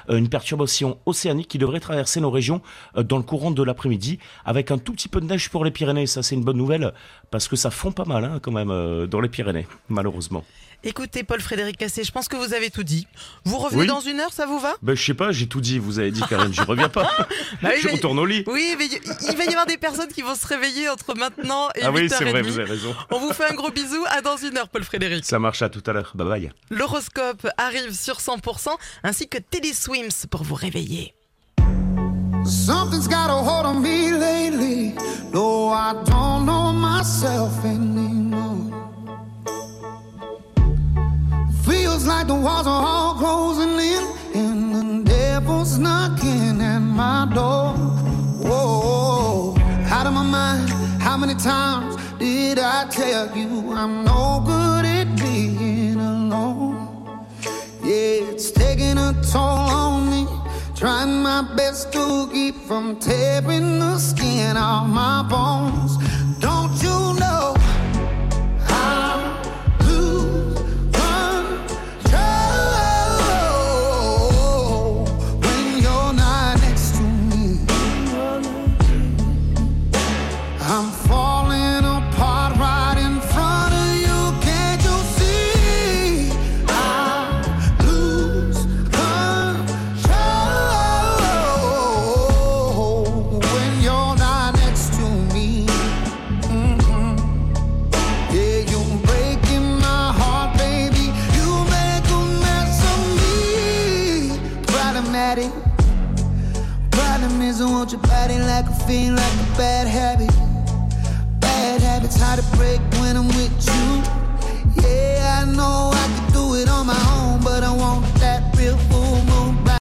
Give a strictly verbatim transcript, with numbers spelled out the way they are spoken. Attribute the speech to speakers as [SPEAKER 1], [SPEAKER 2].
[SPEAKER 1] euh, une perturbation océanique qui devrait traverser nos régions euh, dans le courant de l'après-midi, avec un tout petit peu de neige pour les Pyrénées. Ça, c'est une bonne nouvelle, parce que ça fond pas mal hein, quand même euh, dans les Pyrénées, malheureusement.
[SPEAKER 2] Écoutez, Paul-Frédéric Cassé, je pense que vous avez tout dit. Vous revenez
[SPEAKER 1] Oui.
[SPEAKER 2] dans une heure, ça vous va?
[SPEAKER 1] Ben, je sais pas, j'ai tout dit, vous avez dit Karine, je reviens pas.
[SPEAKER 2] Bah oui,
[SPEAKER 1] je
[SPEAKER 2] mais-
[SPEAKER 1] retourne au lit.
[SPEAKER 2] Oui, mais il il va y avoir des personnes qui vont se réveiller entre maintenant et
[SPEAKER 1] Ah oui,
[SPEAKER 2] huit heures
[SPEAKER 1] c'est vrai,
[SPEAKER 2] trente.
[SPEAKER 1] vous avez raison.
[SPEAKER 2] On vous fait un gros bisou, à dans une heure, Paul-Frédéric.
[SPEAKER 1] Ça marche, à tout à l'heure, bye bye.
[SPEAKER 2] L'horoscope arrive sur cent pour cent, ainsi que Teddy Swims pour vous réveiller.
[SPEAKER 3] Something's got a hold on me lately. No, I don't know myself anymore. Feels like the walls are all closing in, and the devil's knocking at my door. Whoa, out of my mind. How many times did I tell you I'm no good at being alone? Yeah, it's taking a toll on me. Trying my best to keep from tearing the skin off my bones. Don't you know I lose control when you're not next to me? I'm falling apart right in front of you. Can't you see? I lose control when you're not next to me. Mm-hmm. Yeah, you're breaking my heart, baby. You make a mess of me. Problematic. Problem is I want your body like a fiend, like a bad habit. Bad habits hard to break when I'm with you. Yeah, I know I could do it on my own, but I won't.